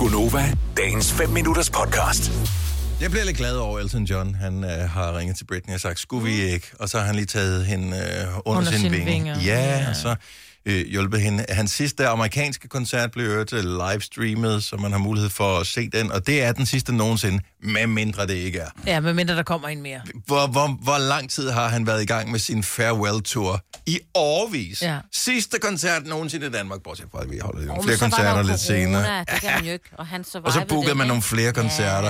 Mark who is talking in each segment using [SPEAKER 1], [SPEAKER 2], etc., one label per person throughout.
[SPEAKER 1] Gunova, dagens 5 minutters podcast.
[SPEAKER 2] Jeg bliver lidt glad over Elton John. Han har ringet til Britney og sagt, skulle vi ikke? Og så har han lige taget hende under sin vinge. Ja, og så hjulpet hende. Hans sidste amerikanske koncert blev livestreamet, så man har mulighed for at se den. Og det er den sidste nogensinde, med mindre det ikke er.
[SPEAKER 3] Ja, med mindre der kommer en mere.
[SPEAKER 2] Hvor lang tid har han været i gang med sin farewell-tour? I årevis. Ja. Sidste koncert nogensinde i Danmark, bortset fra, at vi holder nogle flere koncerter lidt senere.
[SPEAKER 4] Det kan man jo ikke.
[SPEAKER 2] Og så bookede man nogle flere koncerter.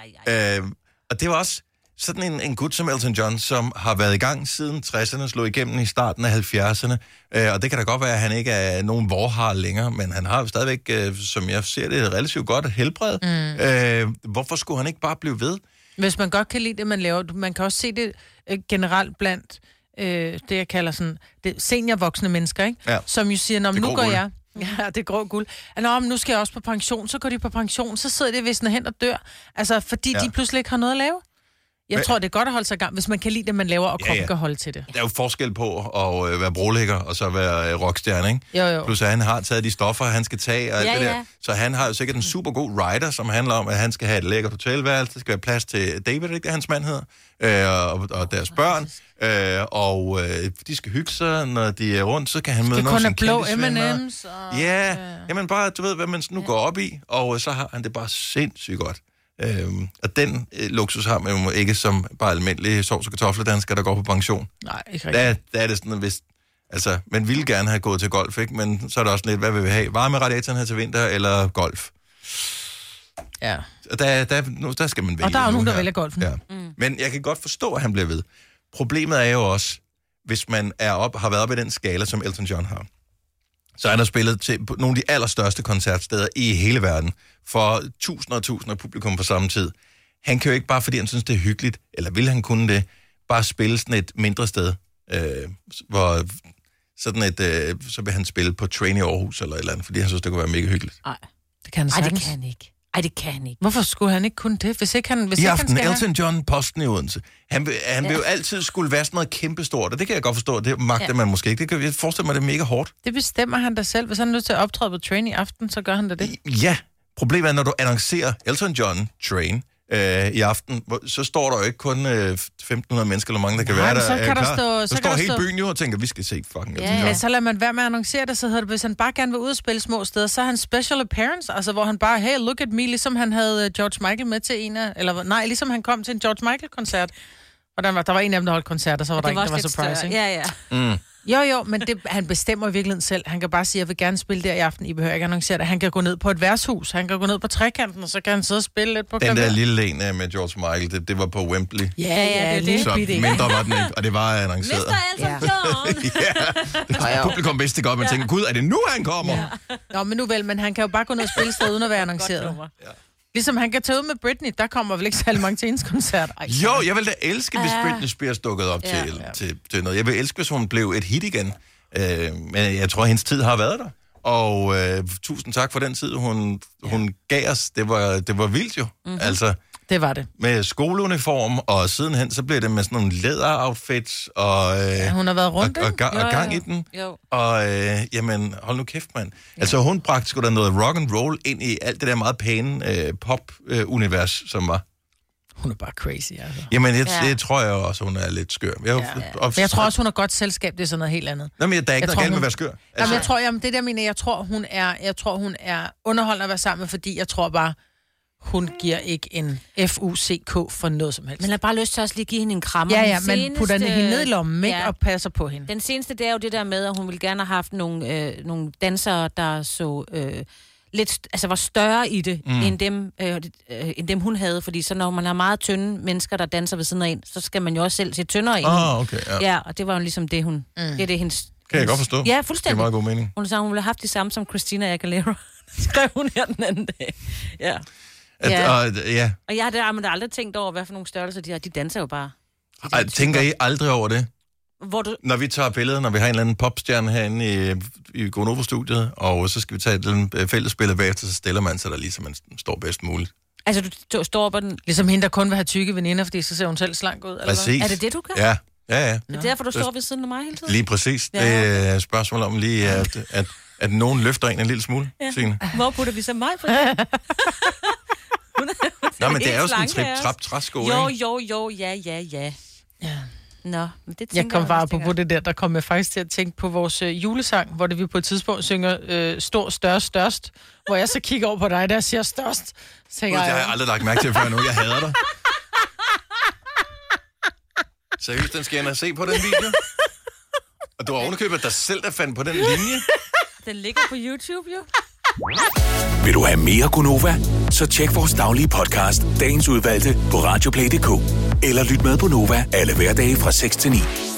[SPEAKER 2] Og det var også sådan en gut som Elton John, som har været i gang siden 60'erne, slog igennem i starten af 70'erne. Og det kan da godt være, at han ikke er nogen vorhar længere, men han har jo stadigvæk, som jeg ser det, et relativt godt helbred. Hvorfor skulle han ikke bare blive ved?
[SPEAKER 3] Hvis man godt kan lide det, man laver. Man kan også se det generelt blandt det, jeg kalder sådan seniorvoksne mennesker, ikke? Ja. Som jo siger, nu går jeg. Ja, det er grå guld. Nu skal jeg også på pension. Så går de på pension, så sidder de visne hen og dør. Altså, fordi de pludselig ikke har noget at lave. Jeg tror, det er godt at holde sig i gang, hvis man kan lide det, man laver, og kroppen kan holde til det.
[SPEAKER 2] Der er jo forskel på at være brolægger og så være rockstjerne, ikke?
[SPEAKER 3] Jo.
[SPEAKER 2] Plus at han har taget de stoffer, han skal tage og alt det der. Så han har jo sikkert en super god rider, som handler om, at han skal have et lækkert hotelværelse. Der skal være plads til David, ikke det hans mand hedder, og deres børn. Og de skal hygge sig, når de er rundt, så kan han møde nogle af sine kendisvenner. M&M's. Ja, jamen bare, du ved, hvad man nu går op i, og så har han det bare sindssygt godt. Og den luksus har man jo ikke som bare almindelige sovs- og kartoflerdansker, der går på pension.
[SPEAKER 3] Nej, ikke rigtigt.
[SPEAKER 2] Der er det sådan, hvis... Altså, man ville gerne have gået til golf, ikke? Men så er det også lidt, hvad vil vi have? Varme radiatoren her til vinter, eller golf?
[SPEAKER 3] Ja.
[SPEAKER 2] Og der skal man vælge.
[SPEAKER 3] Og der er jo nogen, der vælger golfen. Ja.
[SPEAKER 2] Men jeg kan godt forstå, at han bliver ved. Problemet er jo også, hvis man har været oppe i den skala, som Elton John har. Så han har spillet til nogle af de allerstørste koncertsteder i hele verden, for tusinder og tusinder af publikum på samme tid. Han kan jo ikke bare, fordi han synes, det er hyggeligt, eller vil han kunne det, bare spille sådan et mindre sted, hvor sådan et, så vil han spille på Train i Aarhus eller et eller andet, fordi han synes, det kunne være mega hyggeligt.
[SPEAKER 3] Nej, det kan han sagtens.
[SPEAKER 4] Det kan han ikke.
[SPEAKER 3] Hvorfor skulle han ikke kunne det, hvis ikke han...
[SPEAKER 2] I aften, Elton John, Posten i Odense. Han vil jo altid skulle være sådan noget kæmpestort, og det kan jeg godt forstå, det magter man måske ikke. Det kan jeg forestille mig, det er mega hårdt.
[SPEAKER 3] Det bestemmer han da selv. Hvis han er nødt til at optræde på Train i aften, så gør han da det.
[SPEAKER 2] Ja, problemet er, når du annoncerer Elton John Train i aften, så står der jo ikke kun 1.500 mennesker, eller mange, der kan være der.
[SPEAKER 3] Så kan der stå...
[SPEAKER 2] Så står hele byen jo og tænker, vi skal se fucking Elton John.
[SPEAKER 3] Ja, så lader man være med at annoncere det, så hedder det, hvis han bare gerne vil ud og spille små steder, så er han special appearance, altså hvor han bare, hey, look at me, ligesom han havde George Michael med til en af, eller nej, ligesom han kom til en George Michael-koncert, og der var en af dem, der holdt koncerter, så var der en, der var surprising.
[SPEAKER 4] Ja.
[SPEAKER 3] Jo, men han bestemmer i virkeligheden selv. Han kan bare sige, jeg vil gerne spille der i aften. I behøver ikke annoncere det. Han kan gå ned på et værtshus. Han kan gå ned på trekanten, og så kan han sidde og spille lidt på
[SPEAKER 2] den der lille en med George Michael, det var på Wembley.
[SPEAKER 3] Ja, det
[SPEAKER 2] så mindre var den ikke, og det var annonceret.
[SPEAKER 4] Mr. Elton John!
[SPEAKER 2] Ja, publikum vidste det godt, man tænkte, gud, er det nu, han kommer?
[SPEAKER 3] Ja. Nå, men nu vel, men han kan jo bare gå ned og spille sted, uden at være annonceret. Ligesom han kan tage ud med Britney, der kommer vel ikke særlig mange til hendes koncert.
[SPEAKER 2] Jo, jeg vil da elske, hvis Britney Spears dukkede op til noget. Jeg vil elske, hvis hun blev et hit igen. Men jeg tror, hendes tid har været der. Og tusind tak for den tid, hun gav os. Det var vildt jo. Mm-hmm. Altså,
[SPEAKER 3] det var det.
[SPEAKER 2] Med skoleuniform, og sidenhen, så blev det med sådan nogle læderoutfits, og,
[SPEAKER 3] hun har været rundt,
[SPEAKER 2] og gang i den.
[SPEAKER 4] Jo.
[SPEAKER 2] Og jamen, hold nu kæft, mand. Ja. Altså, hun bragte sgu da noget rock and roll ind i alt det der meget pæne pop-univers, som var.
[SPEAKER 3] Hun er bare crazy, altså.
[SPEAKER 2] Jamen, det tror jeg også, hun er lidt skør.
[SPEAKER 3] Men jeg tror også, hun har godt selskab, det er sådan noget helt andet.
[SPEAKER 2] Nå, men der er ikke noget galt med at være skør.
[SPEAKER 3] Altså. Jeg tror, hun er underholdende at være sammen med, fordi jeg tror bare, hun giver ikke en FUCK for noget som helst.
[SPEAKER 4] Men jeg har bare lyst til at lige give hende en krammer.
[SPEAKER 3] Ja, men putter hende ned i lommen, ikke? Og passer på hende.
[SPEAKER 4] Den seneste, det er jo det der med, at hun ville gerne have haft nogle dansere, der så... lidt, altså var større i det, end dem hun havde, fordi så når man har meget tynde mennesker, der danser ved siden af en, så skal man jo også selv se tyndere ind.
[SPEAKER 2] Okay,
[SPEAKER 4] ja, og det var jo ligesom det, hun... Det er det, hendes...
[SPEAKER 2] Kan jeg godt forstå.
[SPEAKER 4] Ja, fuldstændig.
[SPEAKER 2] Det er meget god mening.
[SPEAKER 4] Hun sagde, hun ville have haft det samme som Christina Aguilera. Skrev hun her den anden dag. Ja. Og jeg har aldrig tænkt over, hvad for nogle størrelser de har. De danser jo bare.
[SPEAKER 2] Tænker I aldrig over det?
[SPEAKER 4] Når
[SPEAKER 2] vi tager billeder, når vi har en eller anden popstjerne herinde i Gonova-studiet, og så skal vi tage et fælles billede bagefter, så stiller man sig der lige, så man står bedst muligt.
[SPEAKER 4] Altså, du står på den...
[SPEAKER 3] Ligesom hende, der kun vil have tykke veninder, fordi så ser hun selv slank ud, eller
[SPEAKER 2] præcis.
[SPEAKER 4] Hvad? Er det det, du gør?
[SPEAKER 2] Ja. Ja.
[SPEAKER 4] Det er derfor, du står ved siden af mig hele tiden?
[SPEAKER 2] Lige præcis. Ja. Det er et spørgsmål om lige, at nogen løfter en lille smule, Signe.
[SPEAKER 4] Hvor putter vi så mig på?
[SPEAKER 2] Nå, men det er jo sådan en trip-trap-træsko,
[SPEAKER 4] Jo, ja. Nå, men det
[SPEAKER 3] jeg kom bare på det der kom jeg faktisk til at tænke på vores julesang, hvor det vi på et tidspunkt synger stor, størst, hvor jeg så kigger over på dig, der siger størst.
[SPEAKER 2] Det har jeg aldrig lagt mærke til før nu. Jeg hader dig. Seriøst, den skal jeg ind og se på den video. Og du har ovenikøbet dig selv, der fandt på den linje.
[SPEAKER 4] Den ligger på YouTube, jo.
[SPEAKER 1] Vil du have mere Gunova? Så tjek vores daglige podcast, dagens udvalgte, på radioplay.dk. Eller lyt med på Nova alle hverdage fra 6 til 9.